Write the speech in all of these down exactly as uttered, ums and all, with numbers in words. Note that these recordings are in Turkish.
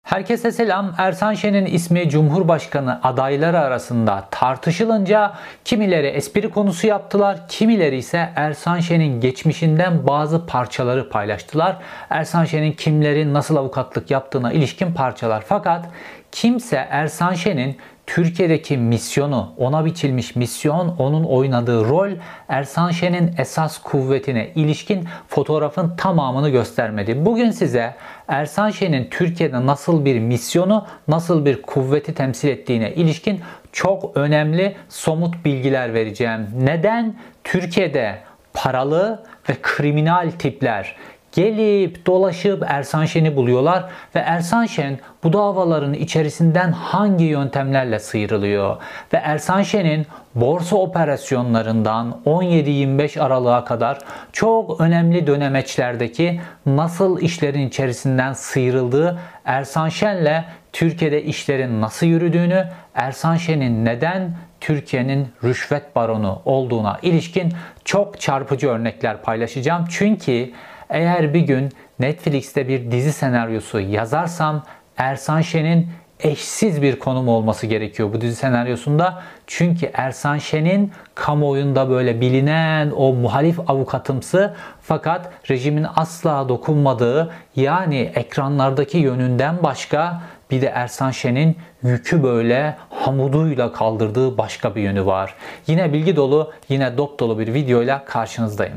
Herkese selam. Ersan Şen'in ismi Cumhurbaşkanı adayları arasında tartışılınca kimileri espri konusu yaptılar, kimileri ise Ersan Şen'in geçmişinden bazı parçaları paylaştılar. Ersan Şen'in kimlerin nasıl avukatlık yaptığına ilişkin parçalar. Fakat kimse Ersan Şen'in Türkiye'deki misyonu, ona biçilmiş misyon, onun oynadığı rol, Ersan Şen'in esas kuvvetine ilişkin fotoğrafın tamamını göstermedi. Bugün size Ersan Şen'in Türkiye'de nasıl bir misyonu, nasıl bir kuvveti temsil ettiğine ilişkin çok önemli somut bilgiler vereceğim. Neden Türkiye'de paralı ve kriminal tipler gelip dolaşıp Ersan Şen'i buluyorlar ve Ersan Şen bu davaların içerisinden hangi yöntemlerle sıyrılıyor? Ve Ersan Şen'in borsa operasyonlarından on yedi yirmi beş Aralık'a kadar çok önemli dönemeçlerdeki nasıl işlerin içerisinden sıyrıldığı, Ersan Şen'le Türkiye'de işlerin nasıl yürüdüğünü, Ersan Şen'in neden Türkiye'nin rüşvet baronu olduğuna ilişkin çok çarpıcı örnekler paylaşacağım. Çünkü eğer bir gün Netflix'te bir dizi senaryosu yazarsam Ersan Şen'in eşsiz bir konumu olması gerekiyor bu dizi senaryosunda. Çünkü Ersan Şen'in kamuoyunda böyle bilinen o muhalif avukatımsı fakat rejimin asla dokunmadığı, yani ekranlardaki yönünden başka bir de Ersan Şen'in yükü böyle hamuduyla kaldırdığı başka bir yönü var. Yine bilgi dolu, yine dop dolu bir videoyla karşınızdayım.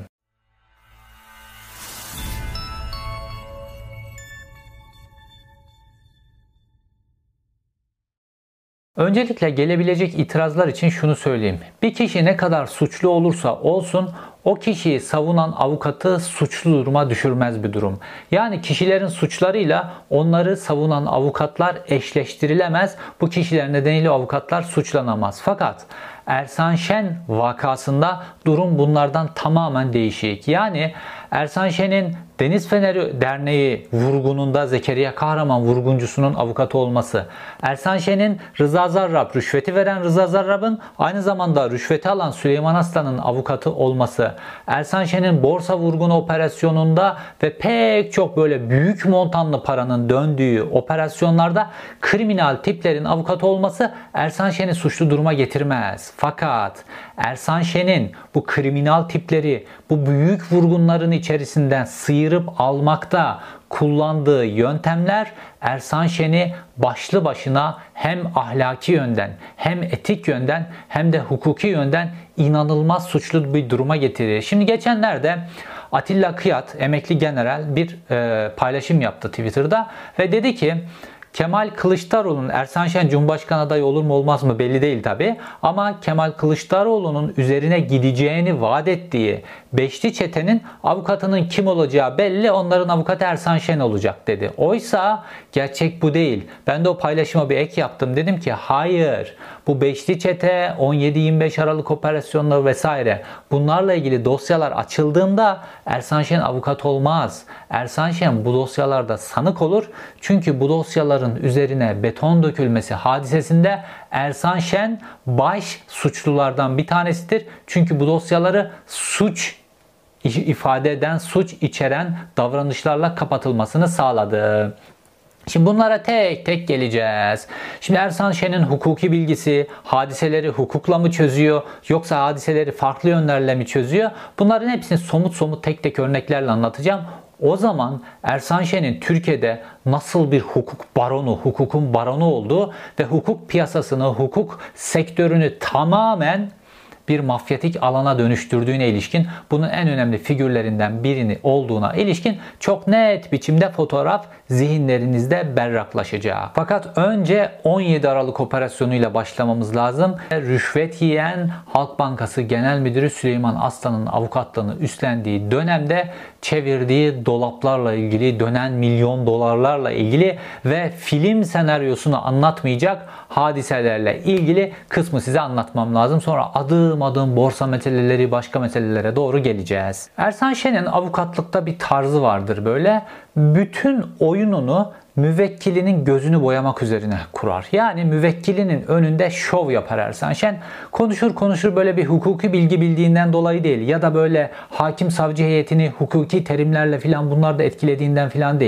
Öncelikle gelebilecek itirazlar için şunu söyleyeyim. Bir kişi ne kadar suçlu olursa olsun o kişiyi savunan avukatı suçlu duruma düşürmez bir durum. Yani kişilerin suçlarıyla onları savunan avukatlar eşleştirilemez. Bu kişiler nedeniyle avukatlar suçlanamaz. Fakat Ersan Şen vakasında durum bunlardan tamamen değişik. Yani Ersan Şen'in Deniz Feneri Derneği vurgununda Zekeriya Kahraman vurguncusunun avukatı olması, Ersan Şen'in Rıza Zarrab, rüşveti veren Rıza Zarrab'ın aynı zamanda rüşveti alan Süleyman Aslan'ın avukatı olması, Ersan Şen'in borsa vurgunu operasyonunda ve pek çok böyle büyük montanlı paranın döndüğü operasyonlarda kriminal tiplerin avukatı olması Ersan Şen'i suçlu duruma getirmez. Fakat Ersan Şen'in bu kriminal tipleri bu büyük vurgunların içerisinden sıyırıp almakta kullandığı yöntemler Ersan Şen'i başlı başına hem ahlaki yönden hem etik yönden hem de hukuki yönden inanılmaz suçlu bir duruma getirir. Şimdi geçenlerde Atilla Kıyat, emekli general, bir e, paylaşım yaptı Twitter'da ve dedi ki Kemal Kılıçdaroğlu'nun, Ersan Şen Cumhurbaşkanı adayı olur mu olmaz mı belli değil tabi, ama Kemal Kılıçdaroğlu'nun üzerine gideceğini vaat ettiği Beşli Çete'nin avukatının kim olacağı belli, onların avukatı Ersan Şen olacak dedi. Oysa gerçek bu değil. Ben de o paylaşıma bir ek yaptım. Dedim ki hayır, bu Beşli Çete, on yedi yirmi beş Aralık operasyonları vesaire, bunlarla ilgili dosyalar açıldığında Ersan Şen avukat olmaz. Ersan Şen bu dosyalarda sanık olur. Çünkü bu dosyaların üzerine beton dökülmesi hadisesinde Ersan Şen baş suçlulardan bir tanesidir. Çünkü bu dosyaları suç ifade eden, suç içeren davranışlarla kapatılmasını sağladı. Şimdi bunlara tek tek geleceğiz. Şimdi Ersan Şen'in hukuki bilgisi, hadiseleri hukukla mı çözüyor yoksa hadiseleri farklı yönlerle mi çözüyor? Bunların hepsini somut somut tek tek örneklerle anlatacağım. O zaman Ersan Şen'in Türkiye'de nasıl bir hukuk baronu, hukukun baronu olduğu ve hukuk piyasasını, hukuk sektörünü tamamen bir mafyatik alana dönüştürdüğüne ilişkin, bunun en önemli figürlerinden birini olduğuna ilişkin çok net biçimde fotoğraf zihinlerinizde berraklaşacak. Fakat önce on yedi Aralık operasyonuyla başlamamız lazım. Rüşvet yiyen Halk Bankası Genel Müdürü Süleyman Aslan'ın avukatlığını üstlendiği dönemde çevirdiği dolaplarla ilgili, dönen milyon dolarlarla ilgili ve film senaryosunu anlatmayacak hadiselerle ilgili kısmı size anlatmam lazım. Sonra adım adım borsa meseleleri, başka meselelere doğru geleceğiz. Ersan Şen'in avukatlıkta bir tarzı vardır böyle. Bütün oyununu müvekkilinin gözünü boyamak üzerine kurar. Yani müvekkilinin önünde şov yapar Ersan Şen. Konuşur konuşur böyle bir hukuki bilgi bildiğinden dolayı değil ya da böyle hakim savcı heyetini hukuki terimlerle filan bunlar da etkilediğinden filan değil.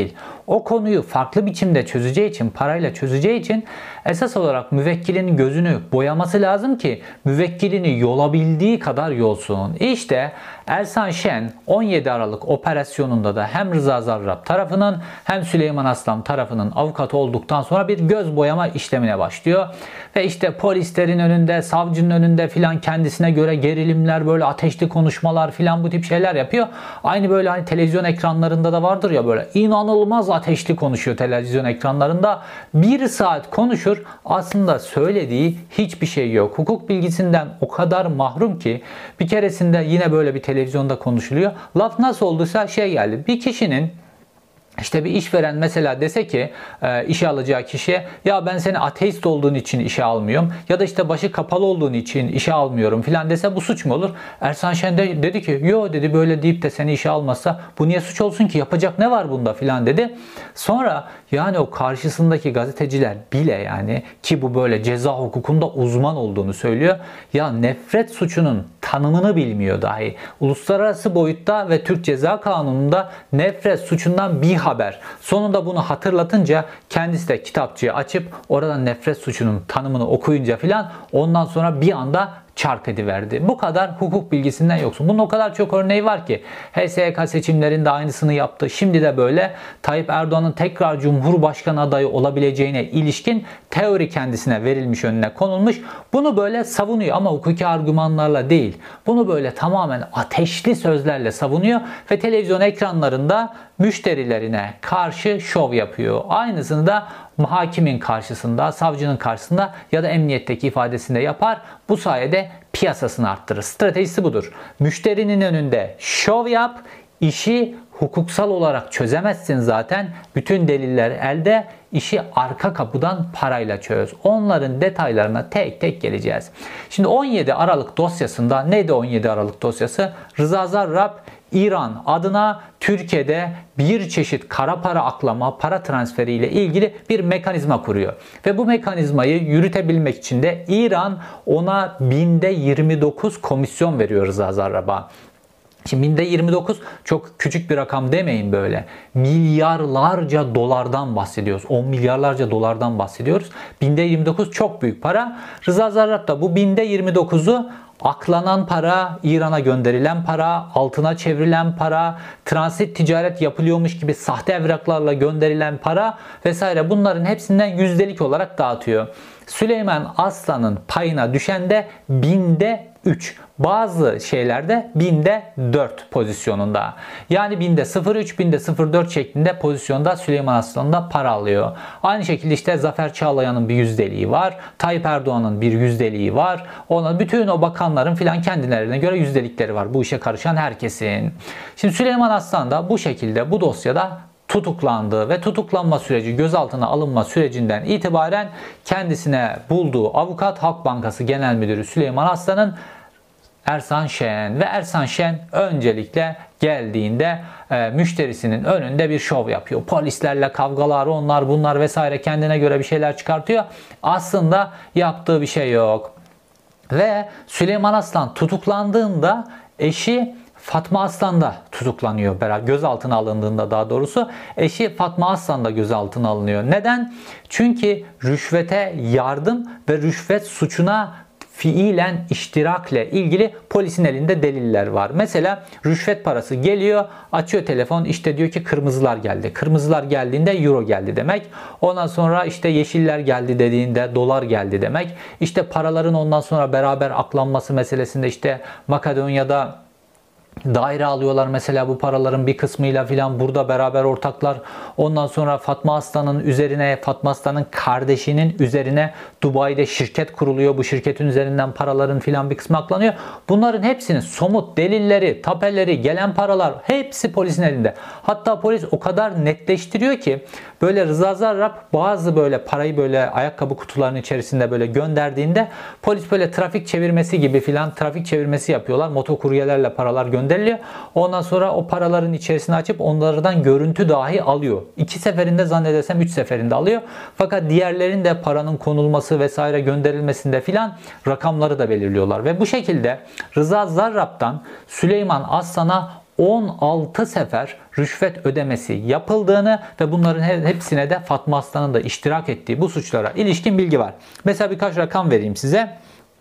o konuyu farklı biçimde çözeceği için, parayla çözeceği için esas olarak müvekkilin gözünü boyaması lazım ki müvekkilini yolabildiği kadar yolsun. İşte Ersan Şen on yedi Aralık operasyonunda da hem Rıza Zarrab tarafının hem Süleyman Aslan tarafının avukatı olduktan sonra bir göz boyama işlemine başlıyor. Ve işte polislerin önünde, savcının önünde filan kendisine göre gerilimler, böyle ateşli konuşmalar filan bu tip şeyler yapıyor. Aynı böyle hani televizyon ekranlarında da vardır ya, böyle inanılmaz ateşli konuşuyor televizyon ekranlarında. Bir saat konuşur, aslında söylediği hiçbir şey yok. Hukuk bilgisinden o kadar mahrum ki bir keresinde yine böyle bir televizyonda konuşuluyor. Laf nasıl olduysa şey geldi. Bir kişinin İşte bir işveren mesela dese ki e, işe alacağı kişiye, ya ben seni ateist olduğun için işe almıyorum ya da işte başı kapalı olduğun için işe almıyorum filan dese bu suç mu olur? Ersan Şen de dedi ki yo dedi, böyle deyip de seni işe almazsa bu niye suç olsun ki, yapacak ne var bunda filan dedi. Sonra yani o karşısındaki gazeteciler bile, yani ki bu böyle ceza hukukunda uzman olduğunu söylüyor, ya nefret suçunun tanımını bilmiyor dahi. Uluslararası boyutta ve Türk Ceza Kanunu'nda nefret suçundan bir haber. Sonunda bunu hatırlatınca kendisi de kitapçığı açıp oradan nefret suçunun tanımını okuyunca filan ondan sonra bir anda çark ediverdi. Bu kadar hukuk bilgisinden yoksun. Bunun o kadar çok örneği var ki. H S Y K seçimlerinde aynısını yaptı. Şimdi de böyle Tayyip Erdoğan'ın tekrar Cumhurbaşkanı adayı olabileceğine ilişkin teori kendisine verilmiş, önüne konulmuş. Bunu böyle savunuyor ama hukuki argümanlarla değil. Bunu böyle tamamen ateşli sözlerle savunuyor ve televizyon ekranlarında müşterilerine karşı şov yapıyor. Aynısını da hakimin karşısında, savcının karşısında ya da emniyetteki ifadesinde yapar. Bu sayede piyasasını arttırır. Stratejisi budur. Müşterinin önünde şov yap, işi hukuksal olarak çözemezsin zaten. Bütün deliller elde, işi arka kapıdan parayla çöz. Onların detaylarına tek tek geleceğiz. Şimdi on yedi Aralık dosyasında neydi on yedi Aralık dosyası? Rıza Zarrab İran adına Türkiye'de bir çeşit kara para aklama, para transferi ile ilgili bir mekanizma kuruyor. Ve bu mekanizmayı yürütebilmek için de İran ona binde yirmi dokuz komisyon veriyor Rıza Zarrab'a. Şimdi binde yirmi dokuz çok küçük bir rakam demeyin böyle. Milyarlarca dolardan bahsediyoruz. on milyarlarca dolardan bahsediyoruz. binde yirmi dokuz çok büyük para. Rıza Zarrab da bu binde yirmi dokuzu aklanan para, İran'a gönderilen para, altına çevrilen para, transit ticaret yapılıyormuş gibi sahte evraklarla gönderilen para vesaire, bunların hepsinden yüzdelik olarak dağıtıyor. Süleyman Aslan'ın payına düşen de binde üç. Bazı şeylerde binde dört pozisyonunda. Yani binde sıfır virgül üç, binde sıfır virgül dört şeklinde pozisyonda Süleyman Aslan'da para alıyor. Aynı şekilde işte Zafer Çağlayan'ın bir yüzdeliği var. Tayyip Erdoğan'ın bir yüzdeliği var. Ona bütün o bakanların filan kendilerine göre yüzdelikleri var. Bu işe karışan herkesin. Şimdi Süleyman Aslan da bu şekilde bu dosyada tutuklandı ve tutuklanma süreci, gözaltına alınma sürecinden itibaren kendisine bulduğu avukat Halk Bankası Genel Müdürü Süleyman Aslan'ın Ersan Şen ve Ersan Şen öncelikle geldiğinde e, müşterisinin önünde bir şov yapıyor. Polislerle kavgalar, onlar bunlar vesaire, kendine göre bir şeyler çıkartıyor. Aslında yaptığı bir şey yok. Ve Süleyman Aslan tutuklandığında eşi Fatma Aslan da tutuklanıyor beraber. Gözaltına alındığında daha doğrusu eşi Fatma Aslan da gözaltına alınıyor. Neden? Çünkü rüşvete yardım ve rüşvet suçuna fiilen iştirakle ilgili polisin elinde deliller var. Mesela rüşvet parası geliyor, açıyor telefon, işte diyor ki kırmızılar geldi. Kırmızılar geldiğinde euro geldi demek. Ondan sonra işte yeşiller geldi dediğinde dolar geldi demek. İşte paraların ondan sonra beraber aklanması meselesinde işte Makedonya'da daire alıyorlar mesela, bu paraların bir kısmıyla filan burada beraber ortaklar. Ondan sonra Fatma Aslan'ın üzerine, Fatma Aslan'ın kardeşinin üzerine Dubai'de şirket kuruluyor. Bu şirketin üzerinden paraların filan bir kısmı aklanıyor. Bunların hepsinin somut delilleri, tapeleri, gelen paralar hepsi polisin elinde. Hatta polis o kadar netleştiriyor ki böyle Rıza Zarrab bazı böyle parayı böyle ayakkabı kutularının içerisinde böyle gönderdiğinde polis böyle trafik çevirmesi gibi filan trafik çevirmesi yapıyorlar. Motokuryelerle paralar gönderiliyor. Ondan sonra o paraların içerisini açıp onlardan görüntü dahi alıyor. İki seferinde zannedersem üç seferinde alıyor. Fakat diğerlerinde paranın konulması vesaire gönderilmesinde filan rakamları da belirliyorlar. Ve bu şekilde Rıza Zarrab'dan Süleyman Aslan'a on altı sefer rüşvet ödemesi yapıldığını ve bunların hepsine de Fatma Aslan'ın da iştirak ettiği bu suçlara ilişkin bilgi var. Mesela birkaç rakam vereyim size.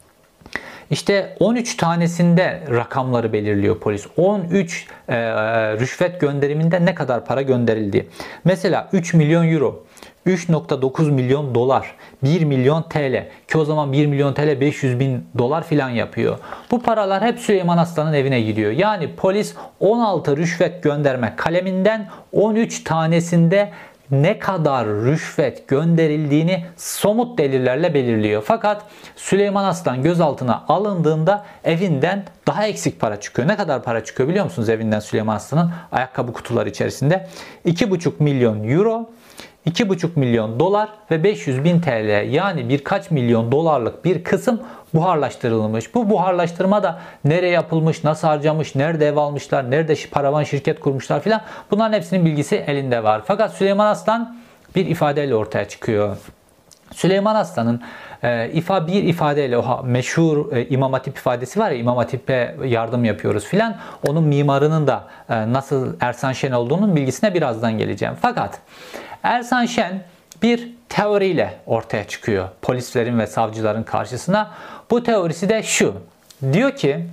İşte on üç tanesinde rakamları belirliyor polis. on üç e, rüşvet gönderiminde ne kadar para gönderildi? Mesela üç milyon euro, üç nokta dokuz milyon dolar, bir milyon T L ki o zaman bir milyon T L beş yüz bin dolar filan yapıyor. Bu paralar hep Süleyman Aslan'ın evine gidiyor. Yani polis on altı rüşvet gönderme kaleminden on üç tanesinde ne kadar rüşvet gönderildiğini somut delillerle belirliyor. Fakat Süleyman Aslan gözaltına alındığında evinden daha eksik para çıkıyor. Ne kadar para çıkıyor biliyor musunuz evinden Süleyman Aslan'ın? Ayakkabı kutuları içerisinde iki buçuk milyon euro, iki buçuk milyon dolar ve beş yüz bin T L, yani birkaç milyon dolarlık bir kısım buharlaştırılmış. Bu buharlaştırma da nereye yapılmış, nasıl harcamış, nerede ev almışlar, nerede paravan şirket kurmuşlar filan, bunların hepsinin bilgisi elinde var. Fakat Süleyman Aslan bir ifadeyle ortaya çıkıyor. Süleyman Aslan'ın e, ifa bir ifadeyle, o meşhur e, İmam Hatip ifadesi var ya, İmam Hatip'e yardım yapıyoruz filan, onun mimarının da e, nasıl Ersan Şen olduğunun bilgisine birazdan geleceğim. Fakat Ersan Şen bir teoriyle ortaya çıkıyor polislerin ve savcıların karşısına. Bu teorisi de şu. Diyor ki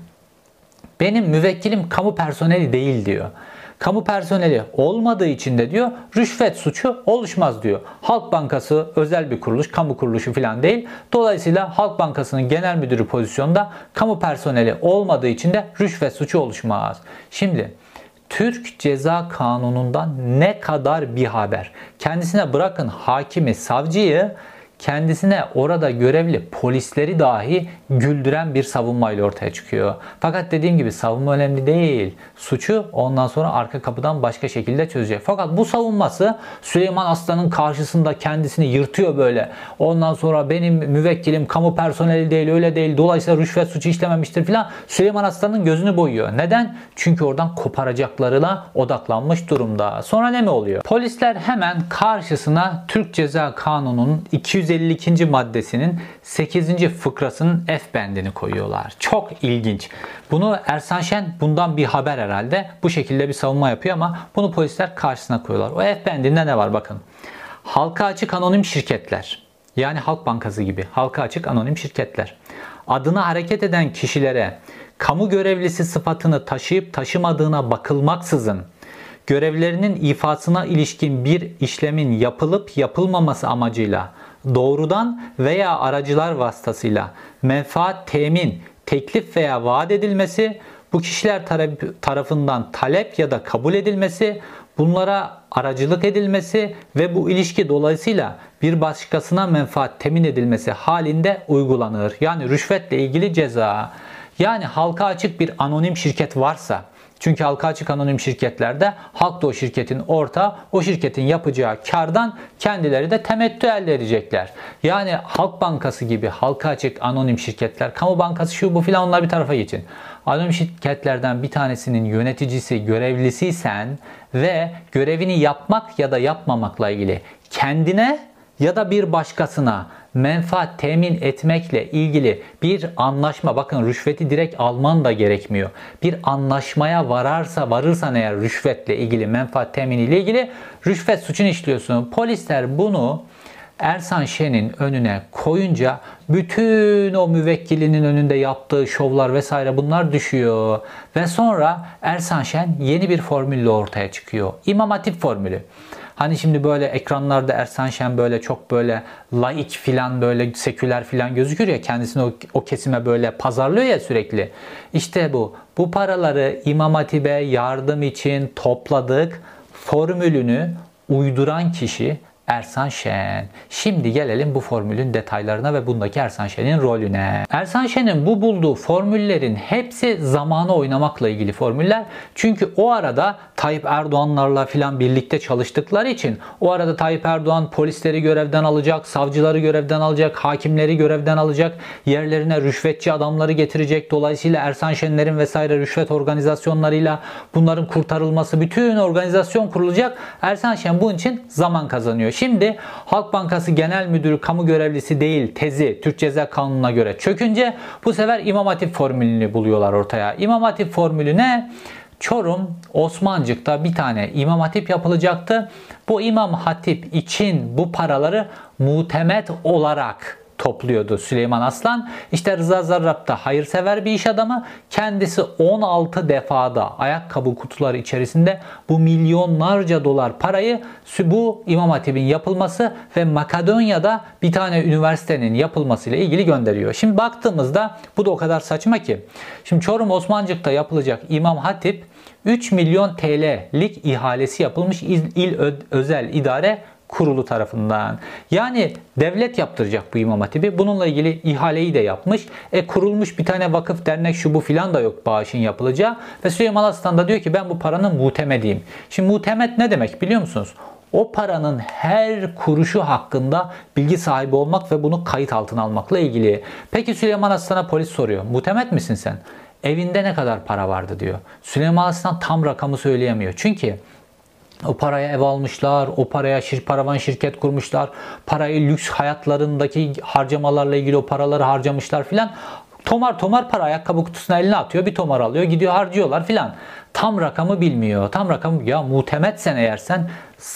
benim müvekkilim kamu personeli değil diyor. Kamu personeli olmadığı için de diyor rüşvet suçu oluşmaz diyor. Halk Bankası özel bir kuruluş, kamu kuruluşu falan değil. Dolayısıyla Halk Bankası'nın genel müdürü pozisyonda, kamu personeli olmadığı için de rüşvet suçu oluşmaz. Şimdi Türk Ceza Kanunu'ndan ne kadar bir haber. Kendisine bırakın hakimi, savcıyı, kendisine orada görevli polisleri dahi güldüren bir savunmayla ortaya çıkıyor. Fakat dediğim gibi savunma önemli değil. Suçu ondan sonra arka kapıdan başka şekilde çözecek. Fakat bu savunması Süleyman Aslan'ın karşısında kendisini yırtıyor böyle. Ondan sonra benim müvekkilim kamu personeli değil, öyle değil, dolayısıyla rüşvet suçu işlememiştir filan. Süleyman Aslan'ın gözünü boyuyor. Neden? Çünkü oradan koparacaklarına odaklanmış durumda. Sonra ne mi oluyor? Polisler hemen karşısına Türk Ceza Kanunu'nun iki yüz elli ikinci maddesinin sekizinci fıkrasının F bendini koyuyorlar. Çok ilginç. Bunu Ersan Şen bundan bir haber herhalde. Bu şekilde bir savunma yapıyor ama bunu polisler karşısına koyuyorlar. O F bendinde ne var bakın. Halka açık anonim şirketler. Yani Halk Bankası gibi halka açık anonim şirketler. Adına hareket eden kişilere kamu görevlisi sıfatını taşıyıp taşımadığına bakılmaksızın görevlerinin ifasına ilişkin bir işlemin yapılıp yapılmaması amacıyla doğrudan veya aracılar vasıtasıyla menfaat temin, teklif veya vaat edilmesi, bu kişiler tarafından talep ya da kabul edilmesi, bunlara aracılık edilmesi ve bu ilişki dolayısıyla bir başkasına menfaat temin edilmesi halinde uygulanır. Yani rüşvetle ilgili ceza. Yani halka açık bir anonim şirket varsa, çünkü halka açık anonim şirketlerde halk da o şirketin ortağı, o şirketin yapacağı kardan kendileri de temettü elde edecekler. Yani Halk Bankası gibi halka açık anonim şirketler, kamu bankası şu bu filan, onlar bir tarafa geçin. Anonim şirketlerden bir tanesinin yöneticisi, görevlisiysen ve görevini yapmak ya da yapmamakla ilgili kendine ya da bir başkasına menfaat temin etmekle ilgili bir anlaşma, bakın rüşveti direkt alman da gerekmiyor. Bir anlaşmaya vararsa, varırsan eğer rüşvetle ilgili, menfaat temini ile ilgili rüşvet suçunu işliyorsun. Polisler bunu Ersan Şen'in önüne koyunca bütün o müvekkilinin önünde yaptığı şovlar vesaire bunlar düşüyor. Ve sonra Ersan Şen yeni bir formülle ortaya çıkıyor. İmam Hatip formülü. Hani şimdi böyle ekranlarda Ersan Şen böyle çok böyle laik filan, böyle seküler filan gözüküyor ya, kendisini o, o kesime böyle pazarlıyor ya sürekli. İşte bu. Bu paraları İmam Hatip'e yardım için topladık formülünü uyduran kişi Ersan Şen. Şimdi gelelim bu formülün detaylarına ve bundaki Ersan Şen'in rolüne. Ersan Şen'in bu bulduğu formüllerin hepsi zamanı oynamakla ilgili formüller. Çünkü o arada Tayyip Erdoğanlarla filan birlikte çalıştıkları için o arada Tayyip Erdoğan polisleri görevden alacak, savcıları görevden alacak, hakimleri görevden alacak, yerlerine rüşvetçi adamları getirecek. Dolayısıyla Ersan Şenlerin vesaire rüşvet organizasyonlarıyla bunların kurtarılması, bütün organizasyon kurulacak. Ersan Şen bunun için zaman kazanıyor. Şimdi Halk Bankası Genel Müdürü kamu görevlisi değil tezi Türk Ceza Kanunu'na göre çökünce bu sefer İmam Hatip formülünü buluyorlar ortaya. İmam Hatip formülü ne? Çorum Osmancık'ta bir tane İmam Hatip yapılacaktı. Bu İmam Hatip için bu paraları mutemet olarak topluyordu Süleyman Aslan. İşte Rıza Zarrab da hayırsever bir iş adamı. Kendisi on altı defada ayakkabı kutuları içerisinde bu milyonlarca dolar parayı bu İmam Hatip'in yapılması ve Makedonya'da bir tane üniversitenin yapılmasıyla ilgili gönderiyor. Şimdi baktığımızda bu da o kadar saçma ki. Şimdi Çorum Osmancık'ta yapılacak İmam Hatip üç milyon T L'lik ihalesi yapılmış İl, İl Özel İdare Kurulu tarafından. Yani devlet yaptıracak bu İmam Hatip'i. Bununla ilgili ihaleyi de yapmış. E kurulmuş bir tane vakıf, dernek, şu bu filan da yok bağışın yapılacağı. Ve Süleyman Aslan da diyor ki ben bu paranın mutemediyim. Şimdi mutemet ne demek biliyor musunuz? O paranın her kuruşu hakkında bilgi sahibi olmak ve bunu kayıt altına almakla ilgili. Peki Süleyman Aslan'a polis soruyor. Mutemet misin sen? Evinde ne kadar para vardı diyor. Süleyman Aslan tam rakamı söyleyemiyor. Çünkü o paraya ev almışlar, o paraya şir, paravan şirket kurmuşlar, parayı lüks hayatlarındaki harcamalarla ilgili o paraları harcamışlar filan. Tomar tomar para ayakkabı kutusuna eline atıyor, bir tomar alıyor, gidiyor harcıyorlar filan. Tam rakamı bilmiyor. Tam rakamı ya mutemetsen eğer sen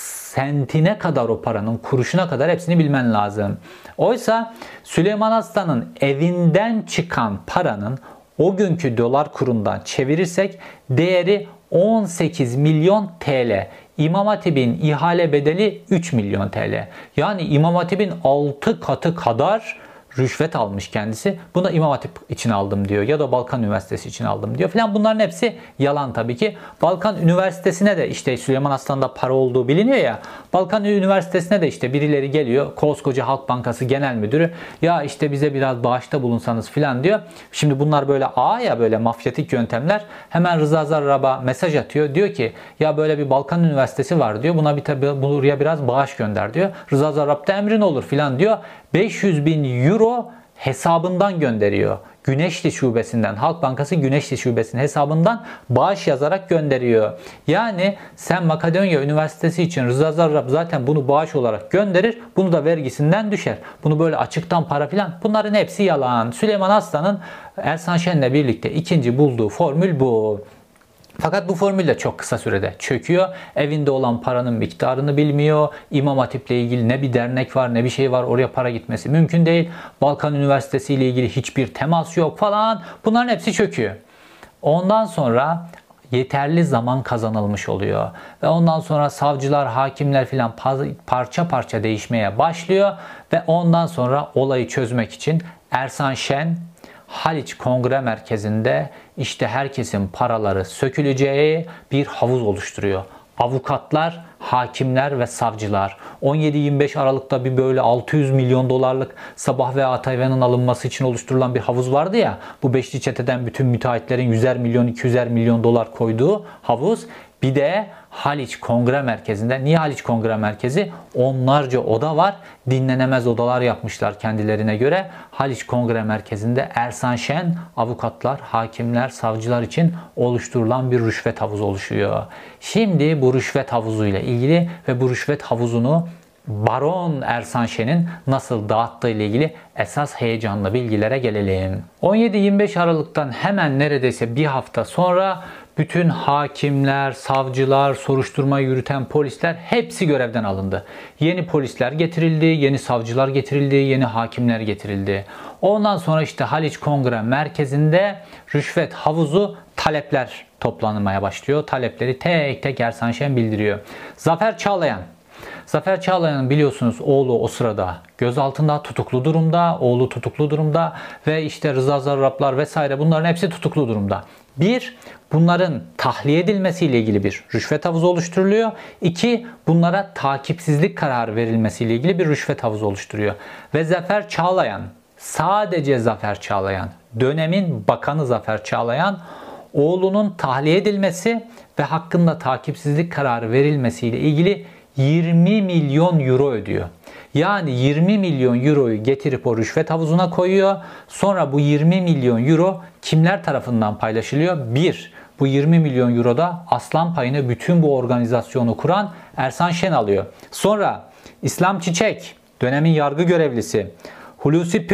sentine kadar o paranın, kuruşuna kadar hepsini bilmen lazım. Oysa Süleyman Aslan'ın evinden çıkan paranın o günkü dolar kurundan çevirirsek değeri on sekiz milyon T L. İmam Hatip'in ihale bedeli üç milyon T L. Yani İmam Hatip'in altı katı kadar rüşvet almış kendisi. Bunu İmam Hatip için aldım diyor ya da Balkan Üniversitesi için aldım diyor falan. Bunların hepsi yalan tabii ki. Balkan Üniversitesi'ne de işte Süleyman Aslan'da para olduğu biliniyor ya. Balkan Üniversitesi'ne de işte birileri geliyor. Koskoca Halk Bankası Genel Müdürü ya işte bize biraz bağışta bulunsanız falan diyor. Şimdi bunlar böyle ağa ya böyle mafyatik yöntemler. Hemen Rıza Zarrab'a mesaj atıyor. Diyor ki ya böyle bir Balkan Üniversitesi var diyor. Buna bir tabi buraya biraz bağış gönder diyor. Rıza Zarrab da emrin olur falan diyor. beş yüz bin euro hesabından gönderiyor. Güneşli Şubesi'nden, Halk Bankası Güneşli Şubesi'nin hesabından bağış yazarak gönderiyor. Yani sen Makedonya Üniversitesi için Rıza Zarrab zaten bunu bağış olarak gönderir. Bunu da vergisinden düşer. Bunu böyle açıktan para filan. Bunların hepsi yalan. Süleyman Aslan'ın Ersan Şen'le birlikte ikinci bulduğu formül bu. Fakat bu formül de çok kısa sürede çöküyor. Evinde olan paranın miktarını bilmiyor. İmam Hatip'le ilgili ne bir dernek var ne bir şey var. Oraya para gitmesi mümkün değil. Balkan Üniversitesi ile ilgili hiçbir temas yok falan. Bunların hepsi çöküyor. Ondan sonra yeterli zaman kazanılmış oluyor. Ve ondan sonra savcılar, hakimler filan parça parça değişmeye başlıyor. Ve ondan sonra olayı çözmek için Ersan Şen Haliç Kongre Merkezi'nde işte herkesin paraları söküleceği bir havuz oluşturuyor. Avukatlar, hakimler ve savcılar. on yedi yirmi beş Aralık'ta bir böyle altı yüz milyon dolarlık Sabah ve Atayvan'ın alınması için oluşturulan bir havuz vardı ya. Bu beşli çeteden bütün müteahhitlerin yüzer milyon, iki yüzer milyon dolar koyduğu havuz. Bir de Haliç Kongre Merkezi'nde. Niye Haliç Kongre Merkezi? Onlarca oda var. Dinlenemez odalar yapmışlar kendilerine göre. Haliç Kongre Merkezi'nde Ersan Şen avukatlar, hakimler, savcılar için oluşturulan bir rüşvet havuzu oluşuyor. Şimdi bu rüşvet havuzuyla ilgili ve bu rüşvet havuzunu Baron Ersan Şen'in nasıl dağıttığı ile ilgili esas heyecanlı bilgilere gelelim. on yedi yirmi beş Aralık'tan hemen neredeyse bir hafta sonra bütün hakimler, savcılar, soruşturma yürüten polisler hepsi görevden alındı. Yeni polisler getirildi, yeni savcılar getirildi, yeni hakimler getirildi. Ondan sonra işte Haliç Kongre Merkezi'nde rüşvet havuzu talepler toplanmaya başlıyor. Talepleri tek tek Ersan Şen bildiriyor. Zafer Çağlayan. Zafer Çağlayan'ın biliyorsunuz oğlu o sırada gözaltında, tutuklu durumda, oğlu tutuklu durumda ve işte Rıza Zarrablar vesaire bunların hepsi tutuklu durumda. Bir, bunların tahliye edilmesiyle ilgili bir rüşvet havuzu oluşturuluyor. İki, bunlara takipsizlik kararı verilmesiyle ilgili bir rüşvet havuzu oluşturuyor. Ve Zafer Çağlayan, sadece Zafer Çağlayan, dönemin bakanı Zafer Çağlayan, oğlunun tahliye edilmesi ve hakkında takipsizlik kararı verilmesiyle ilgili yirmi milyon euro ödüyor. Yani yirmi milyon euroyu getirip o rüşvet havuzuna koyuyor. Sonra bu yirmi milyon euro kimler tarafından paylaşılıyor? Bir, bu yirmi milyon euroda aslan payını bütün bu organizasyonu kuran Ersan Şen alıyor. Sonra İslam Çiçek, dönemin yargı görevlisi, Hulusi Pür,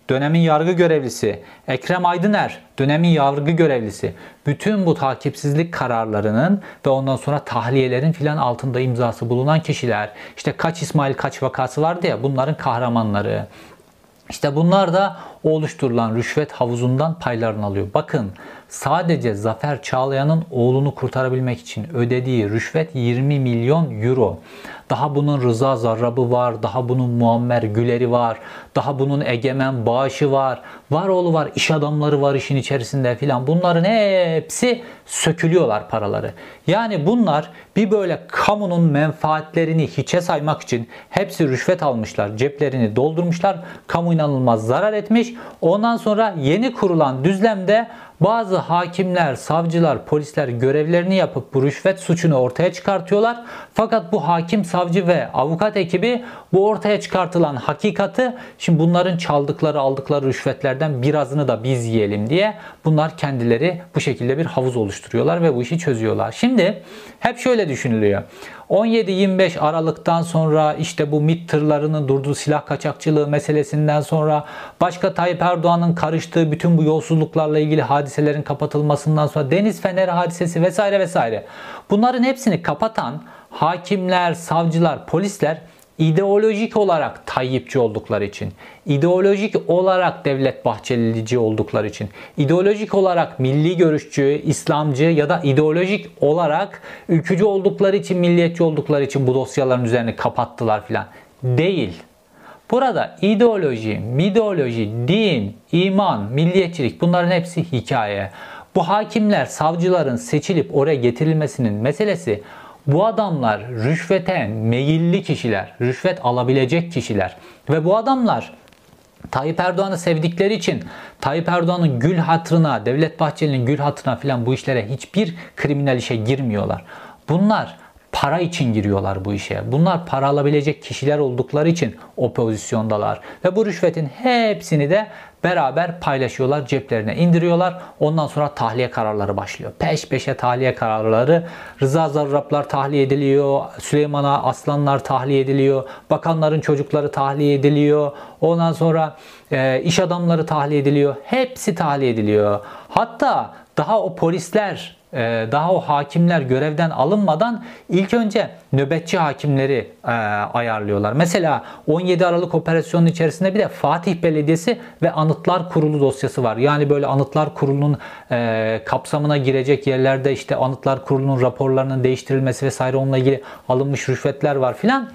dönemin yargı görevlisi, Ekrem Aydıner, dönemin yargı görevlisi, bütün bu takipsizlik kararlarının ve ondan sonra tahliyelerin filan altında imzası bulunan kişiler, işte Kaç İsmail Kaç vakası vardı ya, bunların kahramanları. İşte bunlar da oluşturulan rüşvet havuzundan paylarını alıyor. Bakın, sadece Zafer Çağlayan'ın oğlunu kurtarabilmek için ödediği rüşvet yirmi milyon euro. Daha bunun Rıza Zarrab'ı var, daha bunun Muammer Güler'i var, daha bunun Egemen Bağış'ı var, var oğlu var, iş adamları var işin içerisinde filan. Bunların hepsi sökülüyorlar paraları. Yani bunlar bir böyle kamunun menfaatlerini hiçe saymak için hepsi rüşvet almışlar, ceplerini doldurmuşlar, kamu inanılmaz zarar etmiş. Ondan sonra yeni kurulan düzlemde bazı hakimler, savcılar, polisler görevlerini yapıp bu rüşvet suçunu ortaya çıkartıyorlar. Fakat bu hakim, savcı ve avukat ekibi bu ortaya çıkartılan hakikati, şimdi bunların çaldıkları, aldıkları rüşvetlerden birazını da biz yiyelim diye bunlar kendileri bu şekilde bir havuz oluşturuyorlar ve bu işi çözüyorlar. Şimdi hep şöyle düşünülüyor. on yedi yirmi beş Aralık'tan sonra, işte bu MİT tırlarının durduğu silah kaçakçılığı meselesinden sonra, başka Tayyip Erdoğan'ın karıştığı bütün bu yolsuzluklarla ilgili hadiselerin kapatılmasından sonra, Deniz Feneri hadisesi vesaire vesaire. Bunların hepsini kapatan hakimler, savcılar, polisler ideolojik olarak Tayyipçi oldukları için, ideolojik olarak Devlet Bahçelici oldukları için, ideolojik olarak milli görüşçü, İslamcı ya da ideolojik olarak ülkücü oldukları için, milliyetçi oldukları için bu dosyaların üzerini kapattılar filan. Değil. Burada ideoloji, midoloji, din, iman, milliyetçilik, bunların hepsi hikaye. Bu hakimler, savcıların seçilip oraya getirilmesinin meselesi, bu adamlar rüşvete meyilli kişiler, rüşvet alabilecek kişiler ve bu adamlar Tayyip Erdoğan'ı sevdikleri için Tayyip Erdoğan'ın gül hatırına, Devlet Bahçeli'nin gül hatırına filan bu işlere hiçbir kriminal işe girmiyorlar. Bunlar para için giriyorlar bu işe. Bunlar para alabilecek kişiler oldukları için o pozisyondalar. Ve bu rüşvetin hepsini de beraber paylaşıyorlar, ceplerine indiriyorlar. Ondan sonra tahliye kararları başlıyor. Peş peşe tahliye kararları. Rıza Zarrablar tahliye ediliyor. Süleyman Aslanlar tahliye ediliyor. Bakanların çocukları tahliye ediliyor. Ondan sonra e, iş adamları tahliye ediliyor. Hepsi tahliye ediliyor. Hatta daha o polisler, daha o hakimler görevden alınmadan ilk önce nöbetçi hakimleri e, ayarlıyorlar. Mesela on yedi Aralık operasyonunun içerisinde bir de Fatih Belediyesi ve Anıtlar Kurulu dosyası var. Yani böyle Anıtlar Kurulu'nun e, kapsamına girecek yerlerde işte Anıtlar Kurulu'nun raporlarının değiştirilmesi vesaire, onunla ilgili alınmış rüşvetler var filan.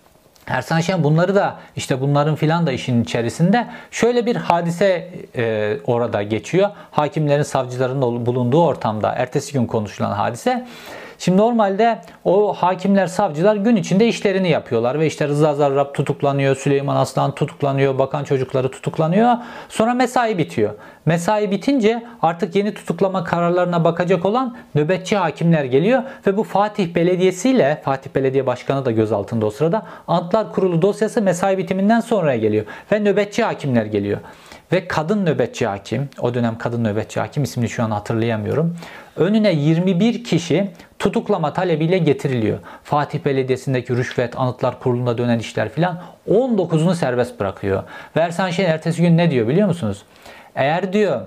Ersan Şen bunları da, işte bunların filan da işin içerisinde. Şöyle bir hadise e, orada geçiyor. Hakimlerin, savcıların bulunduğu ortamda ertesi gün konuşulan hadise. Şimdi normalde o hakimler, savcılar gün içinde işlerini yapıyorlar ve işte Rıza Zarrab tutuklanıyor, Süleyman Aslan tutuklanıyor, bakan çocukları tutuklanıyor. Sonra mesai bitiyor. Mesai bitince artık yeni tutuklama kararlarına bakacak olan nöbetçi hakimler geliyor ve bu Fatih Belediyesi ile, Fatih Belediye Başkanı da gözaltında o sırada, Anıtlar Kurulu dosyası mesai bitiminden sonra geliyor ve nöbetçi hakimler geliyor. Ve kadın nöbetçi hakim, o dönem kadın nöbetçi hakim, ismini şu an hatırlayamıyorum, önüne yirmi bir kişi tutuklama talebiyle getiriliyor. Fatih Belediyesi'ndeki rüşvet, Anıtlar Kurulu'nda dönen işler filan, on dokuzunu serbest bırakıyor. Ve Ersan Şen ertesi gün ne diyor biliyor musunuz? Eğer diyor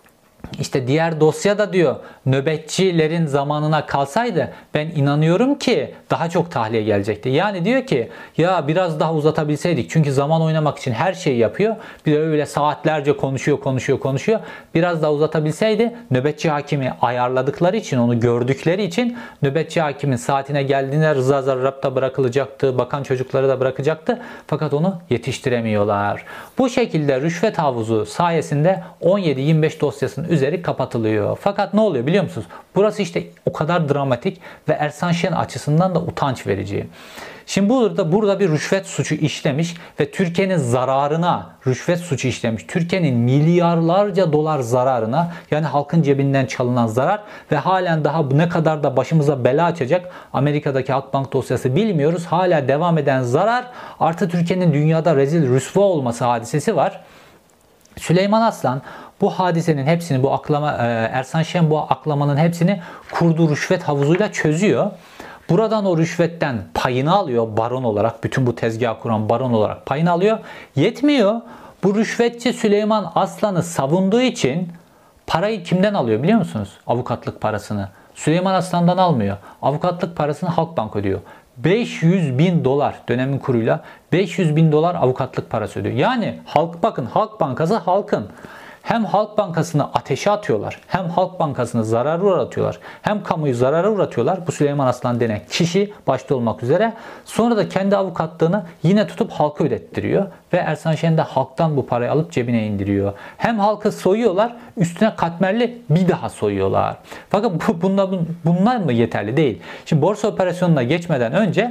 İşte diğer dosya da diyor nöbetçilerin zamanına kalsaydı ben inanıyorum ki daha çok tahliye gelecekti. Yani diyor ki ya biraz daha uzatabilseydik, çünkü zaman oynamak için her şeyi yapıyor. Bir de öyle saatlerce konuşuyor konuşuyor konuşuyor. Biraz daha uzatabilseydi, nöbetçi hakimi ayarladıkları için, onu gördükleri için nöbetçi hakimin saatine geldiğinde Rıza Zarrab da bırakılacaktı, bakan çocukları da bırakacaktı. Fakat onu yetiştiremiyorlar. Bu şekilde rüşvet havuzu sayesinde on yedi yirmi beş dosyasının üzeri kapatılıyor. Fakat ne oluyor biliyor musunuz? Burası işte o kadar dramatik ve Ersan Şen açısından da utanç verici. Şimdi burada burada bir rüşvet suçu işlemiş ve Türkiye'nin zararına rüşvet suçu işlemiş. Türkiye'nin milyarlarca dolar zararına, yani halkın cebinden çalınan zarar ve halen daha ne kadar da başımıza bela açacak Amerika'daki Halkbank dosyası bilmiyoruz. Hala devam eden zarar, artı Türkiye'nin dünyada rezil rüsva olması hadisesi var. Süleyman Aslan bu hadisenin hepsini, bu aklama, Ersan Şen bu aklamanın hepsini kurduğu rüşvet havuzuyla çözüyor. Buradan o rüşvetten payını alıyor baron olarak. Bütün bu tezgahı kuran baron olarak payını alıyor. Yetmiyor. Bu rüşvetçi Süleyman Aslan'ı savunduğu için parayı kimden alıyor biliyor musunuz? Avukatlık parasını. Süleyman Aslan'dan almıyor. Avukatlık parasını Halkbank ödüyor. beş yüz bin dolar dönemin kuruyla beş yüz bin dolar avukatlık parası ödüyor. Yani halk bakın Halk Bankası halkın. Hem Halk Bankası'nı ateşe atıyorlar, hem Halk Bankası'nı zarara uğratıyorlar, hem kamuyu zarara uğratıyorlar. Bu Süleyman Aslan denen kişi başta olmak üzere. Sonra da kendi avukatlığını yine tutup halka ödettiriyor. Ve Ersan Şen de halktan bu parayı alıp cebine indiriyor. Hem halkı soyuyorlar, üstüne katmerli bir daha soyuyorlar. Fakat bu, bunlar, bunlar mı yeterli değil. Şimdi borsa operasyonuna geçmeden önce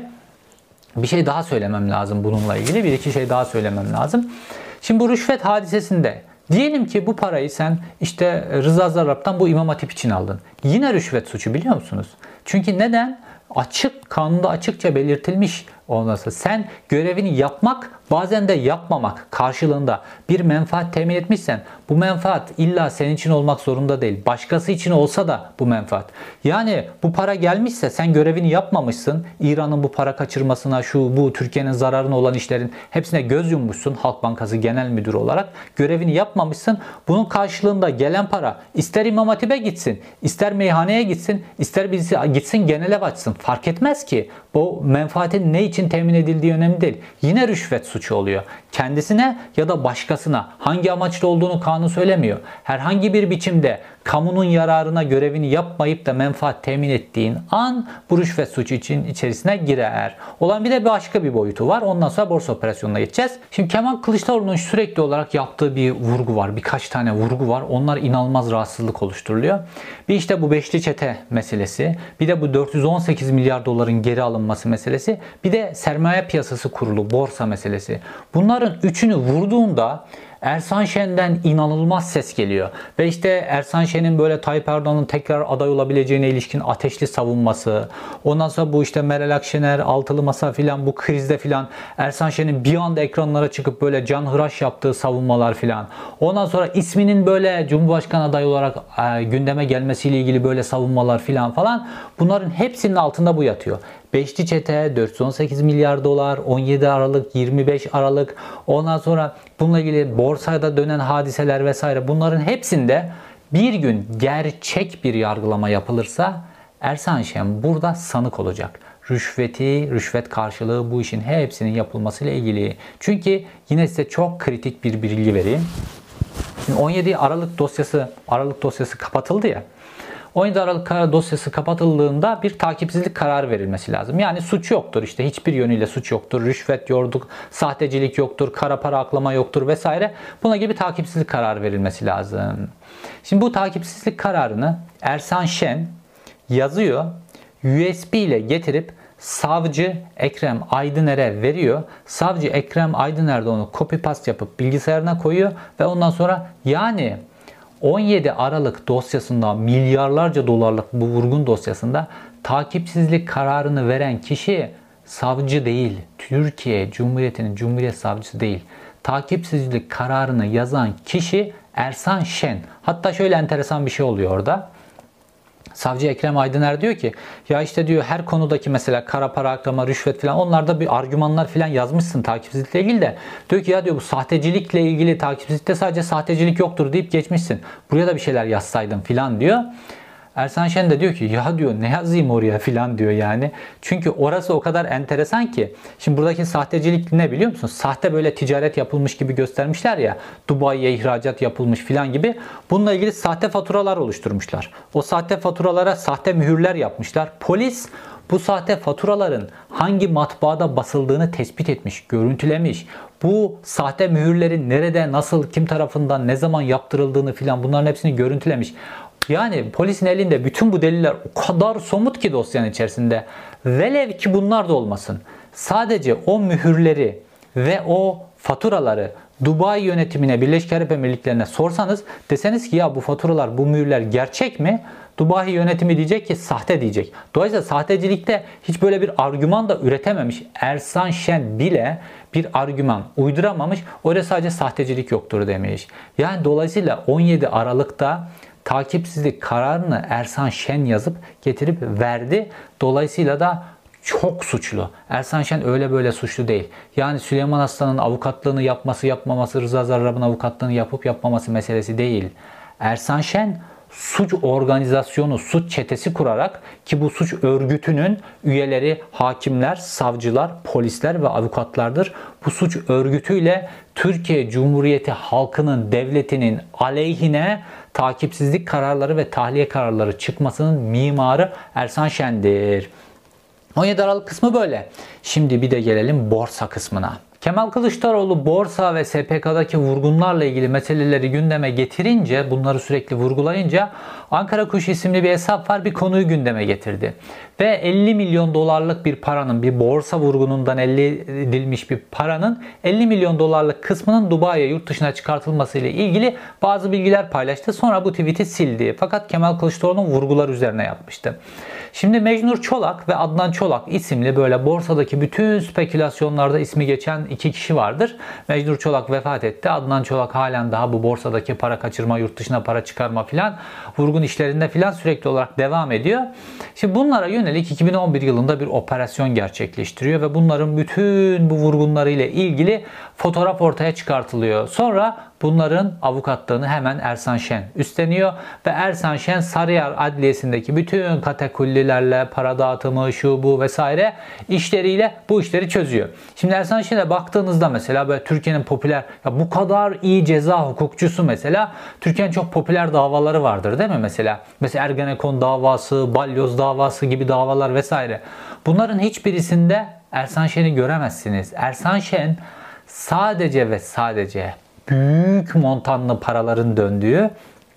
bir şey daha söylemem lazım bununla ilgili. Bir iki şey daha söylemem lazım. Şimdi bu rüşvet hadisesinde diyelim ki bu parayı sen işte Rıza Zarrab'dan bu İmam Hatip için aldın. Yine rüşvet suçu biliyor musunuz? Çünkü neden? Açık, kanunda açıkça belirtilmiş. Ondan sonra sen görevini yapmak, bazen de yapmamak karşılığında bir menfaat temin etmişsen bu menfaat illa senin için olmak zorunda değil. Başkası için olsa da bu menfaat. Yani bu para gelmişse sen görevini yapmamışsın. İran'ın bu para kaçırmasına, şu bu Türkiye'nin zararına olan işlerin hepsine göz yummuşsun Halk Bankası Genel Müdürü olarak. Görevini yapmamışsın. Bunun karşılığında gelen para ister İmam Hatip'e gitsin, ister meyhaneye gitsin, ister birisi gitsin genel ev açsın. Fark etmez ki bu menfaatin ne için temin edildiği önemli değil. Yine rüşvet suçu oluyor. Kendisine ya da başkasına hangi amaçla olduğunu kanun söylemiyor. Herhangi bir biçimde kamunun yararına görevini yapmayıp da menfaat temin ettiğin an bu rüşvet suçu için içerisine girer. Olan bir de başka bir boyutu var. Ondan sonra borsa operasyonuna geçeceğiz. Şimdi Kemal Kılıçdaroğlu'nun sürekli olarak yaptığı bir vurgu var. Birkaç tane vurgu var. Onlar inanılmaz rahatsızlık oluşturuyor. Bir işte bu beşli çete meselesi. Bir de bu dört yüz on sekiz milyar doların geri alınması meselesi. Bir de sermaye piyasası kurulu, borsa meselesi. Bunların üçünü vurduğunda Ersan Şen'den inanılmaz ses geliyor. Ve işte Ersan Şen'in böyle Tayyip Erdoğan'ın tekrar aday olabileceğine ilişkin ateşli savunması. Ondan sonra bu işte Meral Akşener, Altılı Masa filan bu krizde filan Ersan Şen'in bir anda ekranlara çıkıp böyle canhıraş yaptığı savunmalar filan. Ondan sonra isminin böyle Cumhurbaşkanı adayı olarak e, gündeme gelmesiyle ilgili böyle savunmalar filan falan. Bunların hepsinin altında bu yatıyor. Beşli çete, dört yüz on sekiz milyar dolar, on yedi Aralık, yirmi beş Aralık, ondan sonra bununla ilgili borsada dönen hadiseler vesaire, bunların hepsinde bir gün gerçek bir yargılama yapılırsa Ersan Şen burada sanık olacak. Rüşveti, rüşvet karşılığı bu işin hepsinin yapılmasıyla ilgili. Çünkü yine size çok kritik bir bilgi vereyim. Şimdi on yedi Aralık dosyası, Aralık dosyası kapatıldı ya. on yedi Aralık dosyası kapatıldığında bir takipsizlik kararı verilmesi lazım. Yani suç yoktur, işte hiçbir yönüyle suç yoktur, rüşvet yoktur, sahtecilik yoktur, kara para aklama yoktur vesaire. Buna gibi takipsizlik kararı verilmesi lazım. Şimdi bu takipsizlik kararını Ersan Şen yazıyor, U S B ile getirip savcı Ekrem Aydıner'e veriyor. Savcı Ekrem Aydıner de onu copy paste yapıp bilgisayarına koyuyor ve ondan sonra yani on yedi Aralık dosyasında milyarlarca dolarlık bu vurgun dosyasında takipsizlik kararını veren kişi savcı değil. Türkiye Cumhuriyeti'nin Cumhuriyet Savcısı değil. Takipsizlik kararını yazan kişi Ersan Şen. Hatta şöyle enteresan bir şey oluyor orada. Savcı Ekrem Aydıner diyor ki ya işte diyor her konudaki mesela kara para aklama, rüşvet falan onlarda bir argümanlar falan yazmışsın takipsizlikle ilgili de. Diyor ki ya diyor bu sahtecilikle ilgili takipsizlikte sadece sahtecilik yoktur deyip geçmişsin. Buraya da bir şeyler yazsaydın falan diyor. Ersan Şen de diyor ki ya diyor ne yazayım oraya filan diyor yani. Çünkü orası o kadar enteresan ki. Şimdi buradaki sahtecilik ne biliyor musunuz? Sahte böyle ticaret yapılmış gibi göstermişler ya. Dubai'ye ihracat yapılmış filan gibi. Bununla ilgili sahte faturalar oluşturmuşlar. O sahte faturalara sahte mühürler yapmışlar. Polis bu sahte faturaların hangi matbaada basıldığını tespit etmiş, görüntülemiş. Bu sahte mühürlerin nerede, nasıl, kim tarafından, ne zaman yaptırıldığını filan bunların hepsini görüntülemiş. Yani polisin elinde bütün bu deliller o kadar somut ki dosyanın içerisinde. Velev ki bunlar da olmasın. Sadece o mühürleri ve o faturaları Dubai yönetimine, Birleşik Arap Emirlikleri'ne sorsanız deseniz ki ya bu faturalar, bu mühürler gerçek mi? Dubai yönetimi diyecek ki sahte diyecek. Dolayısıyla sahtecilikte hiç böyle bir argüman da üretememiş. Ersan Şen bile bir argüman uyduramamış. Orada sadece sahtecilik yoktur demiş. Yani dolayısıyla on yedi Aralık'ta takipsizlik kararını Ersan Şen yazıp getirip verdi. Dolayısıyla da çok suçlu. Ersan Şen öyle böyle suçlu değil. Yani Süleyman Aslan'ın avukatlığını yapması yapmaması, Rıza Zarrab'ın avukatlığını yapıp yapmaması meselesi değil. Ersan Şen suç organizasyonu, suç çetesi kurarak, ki bu suç örgütünün üyeleri hakimler, savcılar, polisler ve avukatlardır. Bu suç örgütüyle Türkiye Cumhuriyeti halkının, devletinin aleyhine takipsizlik kararları ve tahliye kararları çıkmasının mimarı Ersan Şen'dir. on yedi Aralık kısmı böyle. Şimdi bir de gelelim borsa kısmına. Kemal Kılıçdaroğlu borsa ve S P K'daki vurgunlarla ilgili meseleleri gündeme getirince, bunları sürekli vurgulayınca Ankara Kuşu isimli bir hesap var, bir konuyu gündeme getirdi. Ve elli milyon dolarlık bir paranın, bir borsa vurgunundan elde edilmiş bir paranın elli milyon dolarlık kısmının Dubai'ye, yurt dışına çıkartılması ile ilgili bazı bilgiler paylaştı. Sonra bu tweet'i sildi. Fakat Kemal Kılıçdaroğlu'nun vurgular üzerine yapmıştı. Şimdi Mecnur Çolak ve Adnan Çolak isimli böyle borsadaki bütün spekülasyonlarda ismi geçen iki kişi vardır. Mecnur Çolak vefat etti. Adnan Çolak halen daha bu borsadaki para kaçırma, yurt dışına para çıkarma filan, vurgun işlerinde filan sürekli olarak devam ediyor. Şimdi bunlara yönelik iki bin on bir yılında bir operasyon gerçekleştiriyor ve bunların bütün bu vurgunları ile ilgili fotoğraf ortaya çıkartılıyor. Sonra bunların avukatlığını hemen Ersan Şen üstleniyor ve Ersan Şen Sarıyer Adliyesi'ndeki bütün katakullilerle, para dağıtımı, şu bu vesaire işleriyle bu işleri çözüyor. Şimdi Ersan Şen'e baktığınızda mesela böyle Türkiye'nin popüler, ya bu kadar iyi ceza hukukçusu, mesela Türkiye'nin çok popüler davaları vardır değil mi mesela? Mesela Ergenekon davası, Balyoz davası gibi davalar vesaire. Bunların hiçbirisinde Ersan Şen'i göremezsiniz. Ersan Şen sadece ve sadece büyük montanlı paraların döndüğü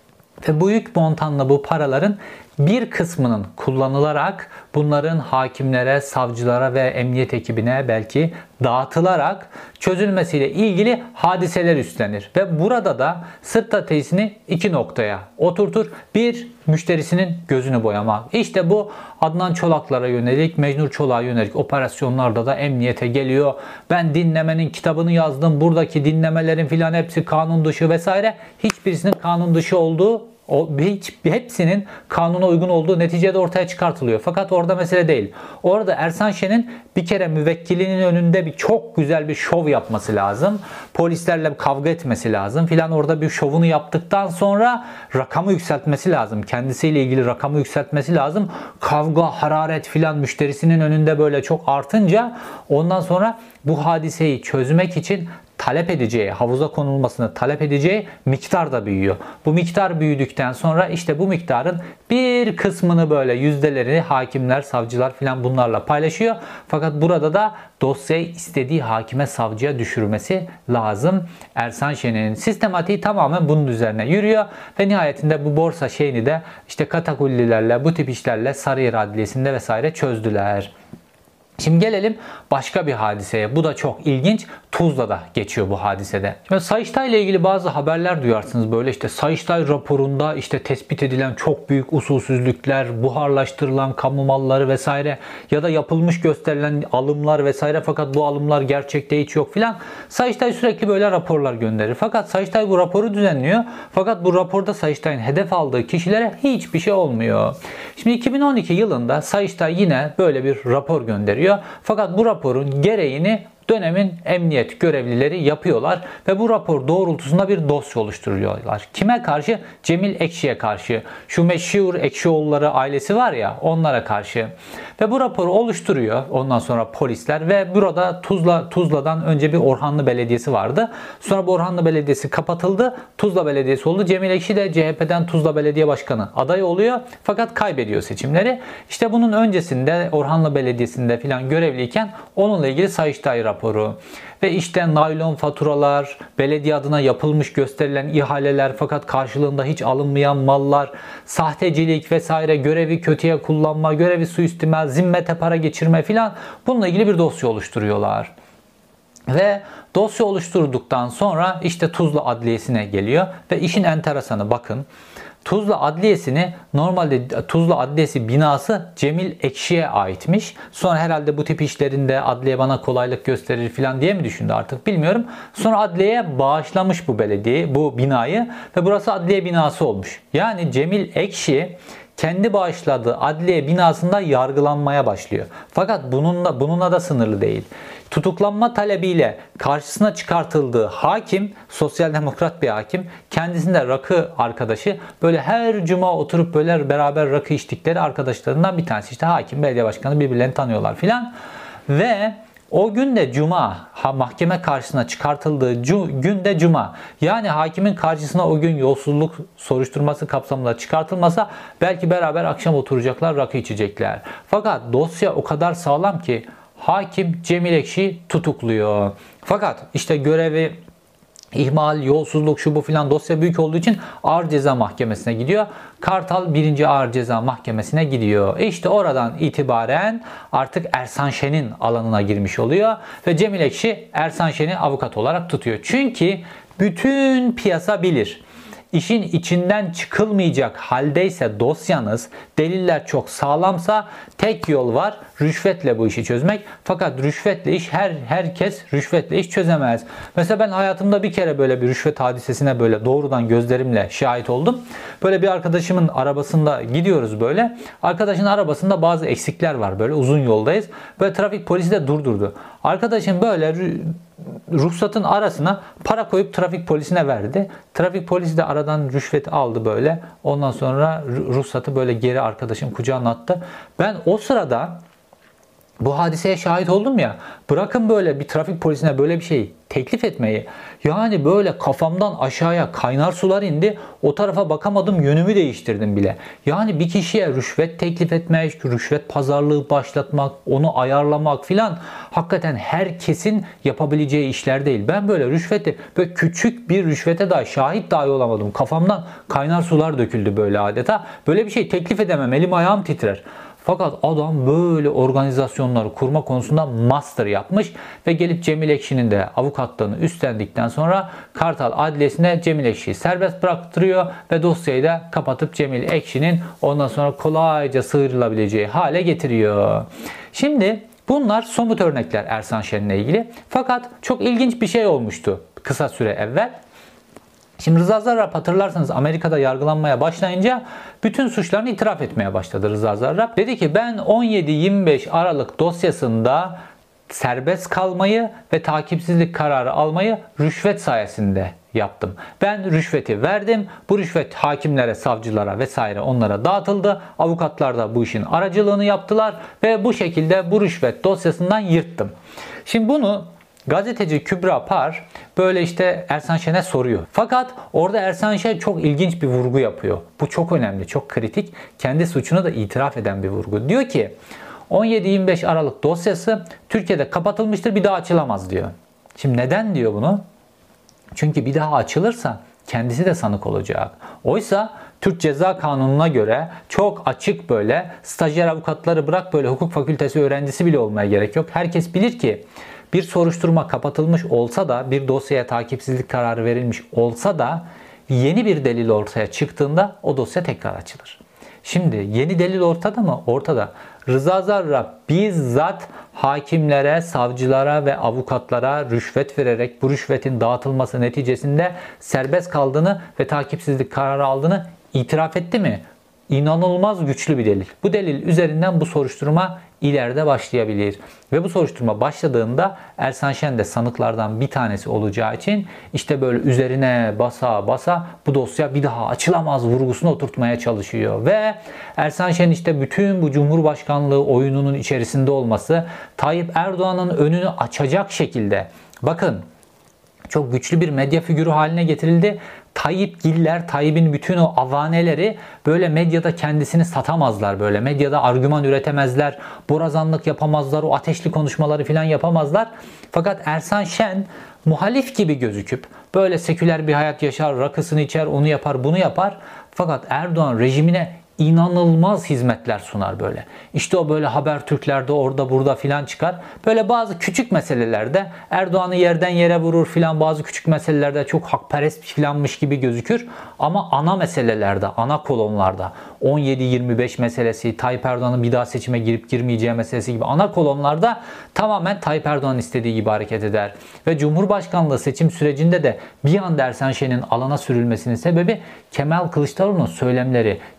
ve büyük montanlı bu paraların bir kısmının kullanılarak bunların hakimlere, savcılara ve emniyet ekibine belki dağıtılarak çözülmesiyle ilgili hadiseler üstlenir. Ve burada da stratejisini iki noktaya oturtur. Bir, müşterisinin gözünü boyamak. İşte bu Adnan Çolaklara yönelik, Mecnur Çolak'a yönelik operasyonlarda da emniyete geliyor. Ben dinlemenin kitabını yazdım. Buradaki dinlemelerin filan hepsi kanun dışı vesaire. Hiçbirisinin kanun dışı olduğu, o hiç hepsinin kanuna uygun olduğu neticede ortaya çıkartılıyor. Fakat orada mesele değil. Orada Ersan Şen'in bir kere müvekkilinin önünde bir çok güzel bir şov yapması lazım. Polislerle kavga etmesi lazım filan. Orada bir şovunu yaptıktan sonra rakamı yükseltmesi lazım. Kendisiyle ilgili rakamı yükseltmesi lazım. Kavga, hararet filan müşterisinin önünde böyle çok artınca ondan sonra bu hadiseyi çözmek için talep edeceği, havuza konulmasını talep edeceği miktar da büyüyor. Bu miktar büyüdükten sonra işte bu miktarın bir kısmını böyle yüzdelerini hakimler, savcılar filan bunlarla paylaşıyor. Fakat burada da dosyayı istediği hakime, savcıya düşürmesi lazım. Ersan Şen'in sistematiği tamamen bunun üzerine yürüyor ve nihayetinde bu borsa şeyini de işte katakullilerle, bu tip işlerle Sarıyer Adliyesi'nde vesaire çözdüler. Şimdi gelelim başka bir hadiseye. Bu da çok ilginç. Tuzla'da geçiyor bu hadisede. Şimdi Sayıştay ile ilgili bazı haberler duyarsınız. Böyle işte Sayıştay raporunda işte tespit edilen çok büyük usulsüzlükler, buharlaştırılan kamu malları vesaire ya da yapılmış gösterilen alımlar vesaire, fakat bu alımlar gerçekte hiç yok filan. Sayıştay sürekli böyle raporlar gönderir. Fakat Sayıştay bu raporu düzenliyor. Fakat bu raporda Sayıştay'ın hedef aldığı kişilere hiçbir şey olmuyor. Şimdi iki bin on iki yılında Sayıştay yine böyle bir rapor gönderiyor. Fakat bu raporun gereğini dönemin emniyet görevlileri yapıyorlar ve bu rapor doğrultusunda bir dosya oluşturuyorlar. Kime karşı? Cemil Ekşi'ye karşı. Şu meşhur Ekşioğulları ailesi var ya, onlara karşı. Ve bu raporu oluşturuyor ondan sonra polisler ve burada Tuzla Tuzla'dan önce bir Orhanlı Belediyesi vardı. Sonra bu Orhanlı Belediyesi kapatıldı. Tuzla Belediyesi oldu. Cemil Ekşi de C H P'den Tuzla Belediye Başkanı adayı oluyor. Fakat kaybediyor seçimleri. İşte bunun öncesinde Orhanlı Belediyesi'nde filan görevliyken onunla ilgili Sayıştay raporu ve işte naylon faturalar, belediye adına yapılmış gösterilen ihaleler fakat karşılığında hiç alınmayan mallar, sahtecilik vesaire, görevi kötüye kullanma, görevi suistimal, zimmete para geçirme filan, bununla ilgili bir dosya oluşturuyorlar. Ve dosya oluşturduktan sonra işte Tuzla Adliyesi'ne geliyor ve işin enteresanı bakın. Tuzla Adliyesi'ni normalde Tuzla Adliyesi binası Cemil Ekşi'ye aitmiş. Sonra herhalde bu tip işlerinde adliye bana kolaylık gösterir falan diye mi düşündü artık bilmiyorum. Sonra adliyeye bağışlamış bu belediye, bu binayı ve burası adliye binası olmuş. Yani Cemil Ekşi kendi bağışladığı adliye binasında yargılanmaya başlıyor. Fakat bununla, bununla da sınırlı değil. Tutuklanma talebiyle karşısına çıkartıldığı hakim, sosyal demokrat bir hakim, kendisinde rakı arkadaşı, böyle her cuma oturup böyle beraber rakı içtikleri arkadaşlarından bir tanesi. İşte hakim, belediye başkanı birbirlerini tanıyorlar filan. Ve o gün de cuma, ha, mahkeme karşısına çıkartıldığı cu, gün de cuma. Yani hakimin karşısına o gün yolsuzluk soruşturması kapsamında çıkartılmasa belki beraber akşam oturacaklar, rakı içecekler. Fakat dosya o kadar sağlam ki hakim Cemil Ekşi'yi tutukluyor. Fakat işte görevi ihmal, yolsuzluk, şu bu filan dosya büyük olduğu için Ağır Ceza Mahkemesi'ne gidiyor. Kartal birinci Ağır Ceza Mahkemesi'ne gidiyor. E işte oradan itibaren artık Ersan Şen'in alanına girmiş oluyor. Ve Cemil Ekşi Ersan Şen'i avukat olarak tutuyor. Çünkü bütün piyasa bilir. İşin içinden çıkılmayacak haldeyse dosyanız, deliller çok sağlamsa tek yol var: rüşvetle bu işi çözmek. Fakat rüşvetle iş, her herkes rüşvetle iş çözemez. Mesela ben hayatımda bir kere böyle bir rüşvet hadisesine böyle doğrudan gözlerimle şahit oldum. Böyle bir arkadaşımın arabasında gidiyoruz böyle. Arkadaşın arabasında bazı eksikler var, böyle uzun yoldayız. Böyle trafik polisi de durdurdu. Arkadaşım böyle ruhsatın arasına para koyup trafik polisine verdi. Trafik polisi de aradan rüşvet aldı böyle. Ondan sonra ruhsatı böyle geri arkadaşım kucağına attı. Ben o sırada bu hadiseye şahit oldum ya. Bırakın böyle bir trafik polisine böyle bir şey teklif etmeyi. Yani böyle kafamdan aşağıya kaynar sular indi. O tarafa bakamadım, yönümü değiştirdim bile. Yani bir kişiye rüşvet teklif etmek, rüşvet pazarlığı başlatmak, onu ayarlamak filan hakikaten herkesin yapabileceği işler değil. Ben böyle rüşveti, böyle küçük bir rüşvete dahi şahit dahi olamadım. Kafamdan kaynar sular döküldü böyle adeta. Böyle bir şey teklif edemem. Elim ayağım titrer. Fakat adam böyle organizasyonları kurma konusunda master yapmış ve gelip Cemil Ekşi'nin de avukatlığını üstlendikten sonra Kartal Adliyesi'ne Cemil Ekşi'yi serbest bıraktırıyor ve dosyayı da kapatıp Cemil Ekşi'nin ondan sonra kolayca sıyrılabileceği hale getiriyor. Şimdi bunlar somut örnekler Ersan Şen'le ilgili. Fakat çok ilginç bir şey olmuştu kısa süre evvel. Şimdi Rıza Zarrab, hatırlarsanız Amerika'da yargılanmaya başlayınca bütün suçlarını itiraf etmeye başladı Rıza Zarrab. Dedi ki ben on yedi yirmi beş Aralık dosyasında serbest kalmayı ve takipsizlik kararı almayı rüşvet sayesinde yaptım. Ben rüşveti verdim. Bu rüşvet hakimlere, savcılara vesaire onlara dağıtıldı. Avukatlar da bu işin aracılığını yaptılar ve bu şekilde bu rüşvet dosyasından yırttım. Şimdi bunu gazeteci Kübra Par böyle işte Ersan Şen'e soruyor. Fakat orada Ersan Şen çok ilginç bir vurgu yapıyor. Bu çok önemli, çok kritik. Kendi suçunu da itiraf eden bir vurgu. Diyor ki on yedi yirmi beş Aralık dosyası Türkiye'de kapatılmıştır, bir daha açılamaz diyor. Şimdi neden diyor bunu? Çünkü bir daha açılırsa kendisi de sanık olacak. Oysa Türk Ceza Kanunu'na göre çok açık, böyle stajyer avukatları bırak, böyle hukuk fakültesi öğrencisi bile olmaya gerek yok. Herkes bilir ki bir soruşturma kapatılmış olsa da, bir dosyaya takipsizlik kararı verilmiş olsa da yeni bir delil ortaya çıktığında o dosya tekrar açılır. Şimdi yeni delil ortada mı? Ortada. Rıza Zarrab bizzat hakimlere, savcılara ve avukatlara rüşvet vererek bu rüşvetin dağıtılması neticesinde serbest kaldığını ve takipsizlik kararı aldığını itiraf etti mi? İnanılmaz güçlü bir delil. Bu delil üzerinden bu soruşturma ileride başlayabilir. Ve bu soruşturma başladığında Ersan Şen de sanıklardan bir tanesi olacağı için işte böyle üzerine basa basa bu dosya bir daha açılamaz vurgusunu oturtmaya çalışıyor. Ve Ersan Şen işte bütün bu Cumhurbaşkanlığı oyununun içerisinde olması, Tayyip Erdoğan'ın önünü açacak şekilde, bakın çok güçlü bir medya figürü haline getirildi. Tayyip Giller, Tayyip'in bütün o avaneleri böyle medyada kendisini satamazlar böyle. Medyada argüman üretemezler, borazanlık yapamazlar, o ateşli konuşmaları falan yapamazlar. Fakat Ersan Şen muhalif gibi gözüküp böyle seküler bir hayat yaşar, rakısını içer, onu yapar, bunu yapar. Fakat Erdoğan rejimine inanılmaz hizmetler sunar böyle. İşte o böyle Habertürk'lerde orada burada filan çıkar. Böyle bazı küçük meselelerde Erdoğan'ı yerden yere vurur filan, bazı küçük meselelerde çok hakperest filanmış gibi gözükür. Ama ana meselelerde, ana kolonlarda on yedi yirmi beş meselesi, Tayyip Erdoğan'ın bir daha seçime girip girmeyeceği meselesi gibi ana kolonlarda tamamen Tayyip Erdoğan istediği gibi hareket eder. Ve Cumhurbaşkanlığı seçim sürecinde de bir anda Ersan Şen'in alana sürülmesinin sebebi Kemal Kılıçdaroğlu'nun söylemleri. Kemal Kılıçdaroğlu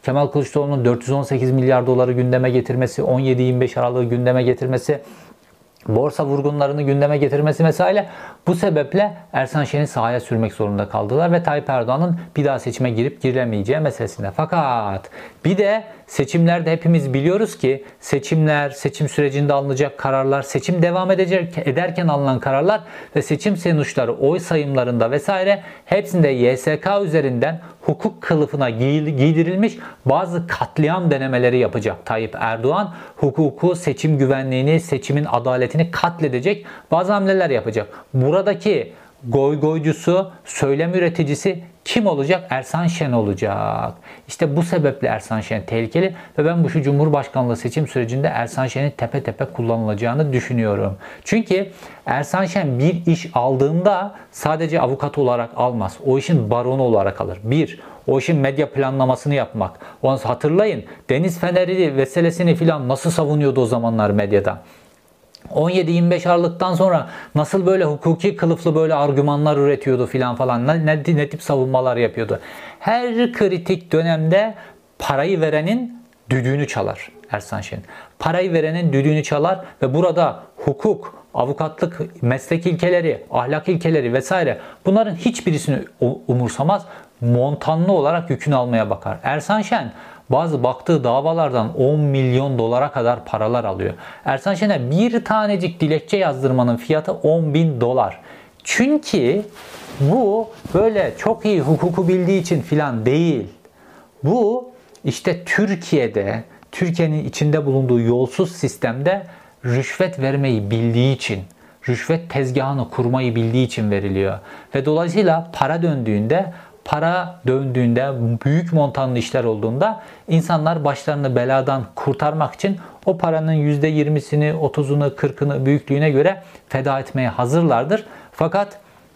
Kılıçdaroğlu'nun dört yüz on sekiz milyar doları gündeme getirmesi, on yedi yirmi beş Aralık'ı gündeme getirmesi, borsa vurgunlarını gündeme getirmesi vesaire, bu sebeple Ersan Şen'i sahaya sürmek zorunda kaldılar ve Tayyip Erdoğan'ın bir daha seçime girip giremeyeceği meselesinde. Fakat bir de seçimlerde hepimiz biliyoruz ki seçimler, seçim sürecinde alınacak kararlar, seçim devam edecek ederken alınan kararlar ve seçim sonuçları, oy sayımlarında vesaire hepsinde Y S K üzerinden hukuk kılıfına giydirilmiş bazı katliam denemeleri yapacak Tayyip Erdoğan. Hukuku, seçim güvenliğini, seçimin adaletini katledecek bazı hamleler yapacak. Buradaki goygoycusu, söylem üreticisi kim olacak? Ersan Şen olacak. İşte bu sebeple Ersan Şen tehlikeli ve ben bu şu Cumhurbaşkanlığı seçim sürecinde Ersan Şen'in tepe tepe kullanılacağını düşünüyorum. Çünkü Ersan Şen bir iş aldığında sadece avukat olarak almaz. O işin baronu olarak alır. Bir, o işin medya planlamasını yapmak. Onu hatırlayın. Deniz Feneri meselesini filan nasıl savunuyordu o zamanlar medyada? on yedi yirmi beş Aralık'tan sonra nasıl böyle hukuki kılıflı böyle argümanlar üretiyordu filan falan, ne, ne tip savunmalar yapıyordu. Her kritik dönemde parayı verenin düdüğünü çalar Ersan Şen. Parayı verenin düdüğünü çalar ve burada hukuk, avukatlık, meslek ilkeleri, ahlak ilkeleri vesaire bunların hiçbirisini umursamaz. Montanlı olarak yükünü almaya bakar. Ersan Şen bazı baktığı davalardan on milyon dolara kadar paralar alıyor. Ersan Şen'e bir tanecik dilekçe yazdırmanın fiyatı on bin dolar. Çünkü bu böyle çok iyi hukuku bildiği için filan değil. Bu işte Türkiye'de, Türkiye'nin içinde bulunduğu yolsuz sistemde rüşvet vermeyi bildiği için, rüşvet tezgahını kurmayı bildiği için veriliyor. Ve dolayısıyla para döndüğünde, para döndüğünde, büyük montanlı işler olduğunda insanlar başlarını beladan kurtarmak için o paranın yüzde yirmisini, otuzunu, kırkını büyüklüğüne göre feda etmeye hazırlardır. Fakat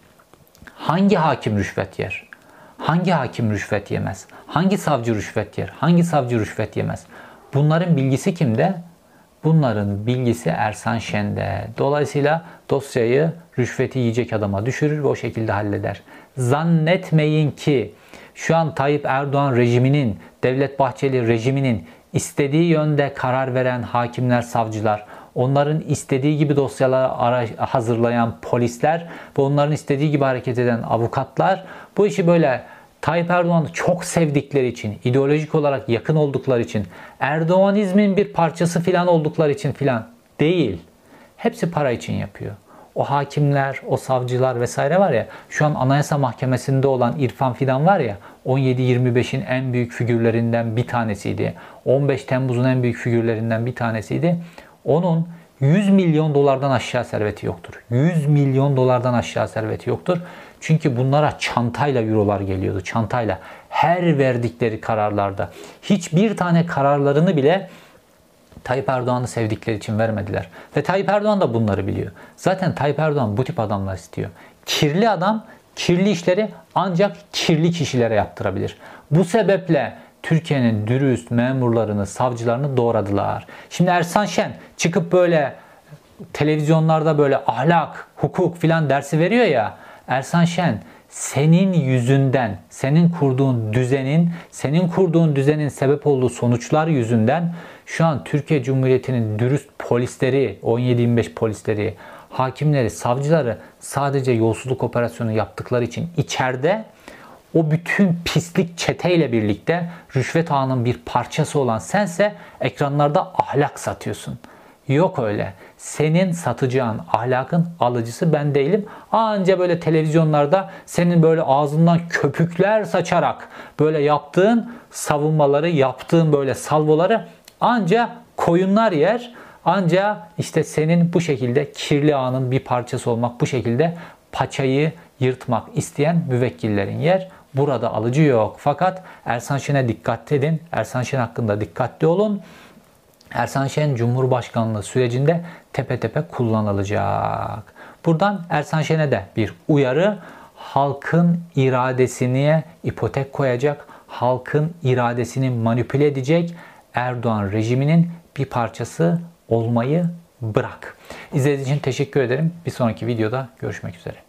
hangi hakim rüşvet yer? Hangi hakim rüşvet yemez? Hangi savcı rüşvet yer? Hangi savcı rüşvet yemez? Bunların bilgisi kimde? Bunların bilgisi Ersan Şen'de. Dolayısıyla dosyayı rüşveti yiyecek adama düşürür ve o şekilde halleder. Zannetmeyin ki şu an Tayyip Erdoğan rejiminin, Devlet Bahçeli rejiminin istediği yönde karar veren hakimler, savcılar, onların istediği gibi dosyaları hazırlayan polisler ve onların istediği gibi hareket eden avukatlar bu işi böyle Tayyip Erdoğan'ı çok sevdikleri için, ideolojik olarak yakın oldukları için, Erdoğanizmin bir parçası filan oldukları için filan değil. Hepsi para için yapıyor. O hakimler, o savcılar vesaire var ya, şu an Anayasa Mahkemesi'nde olan İrfan Fidan var ya, on yedi yirmi beşin en büyük figürlerinden bir tanesiydi. on beş Temmuz'un en büyük figürlerinden bir tanesiydi. Onun yüz milyon dolardan aşağı serveti yoktur. yüz milyon dolardan aşağı serveti yoktur. Çünkü bunlara çantayla eurolar geliyordu. Çantayla. Her verdikleri kararlarda. Hiçbir tane kararlarını bile Tayyip Erdoğan'ı sevdikleri için vermediler. Ve Tayyip Erdoğan da bunları biliyor. Zaten Tayyip Erdoğan bu tip adamlar istiyor. Kirli adam kirli işleri ancak kirli kişilere yaptırabilir. Bu sebeple Türkiye'nin dürüst memurlarını, savcılarını doğradılar. Şimdi Ersan Şen çıkıp böyle televizyonlarda böyle ahlak, hukuk filan dersi veriyor ya. Ersan Şen senin yüzünden, senin kurduğun düzenin, senin kurduğun düzenin sebep olduğu sonuçlar yüzünden şu an Türkiye Cumhuriyeti'nin dürüst polisleri, on yedi yirmi beş polisleri, hakimleri, savcıları sadece yolsuzluk operasyonu yaptıkları için içeride o bütün pislik çeteyle birlikte rüşvet ağının bir parçası olan sense ekranlarda ahlak satıyorsun. Yok öyle. Senin satacağın ahlakın alıcısı ben değilim. Anca böyle televizyonlarda senin böyle ağzından köpükler saçarak böyle yaptığın savunmaları, yaptığın böyle salvoları anca koyunlar yer. Anca işte senin bu şekilde kirli ağının bir parçası olmak, bu şekilde paçayı yırtmak isteyen müvekkillerin yer. Burada alıcı yok. Fakat Ersan Şen'e dikkat edin. Ersan Şen hakkında dikkatli olun. Ersan Şen Cumhurbaşkanlığı sürecinde tepe tepe kullanılacak. Buradan Ersan Şen'e de bir uyarı. Halkın iradesine ipotek koyacak, halkın iradesini manipüle edecek Erdoğan rejiminin bir parçası olmayı bırak. İzlediğiniz için teşekkür ederim. Bir sonraki videoda görüşmek üzere.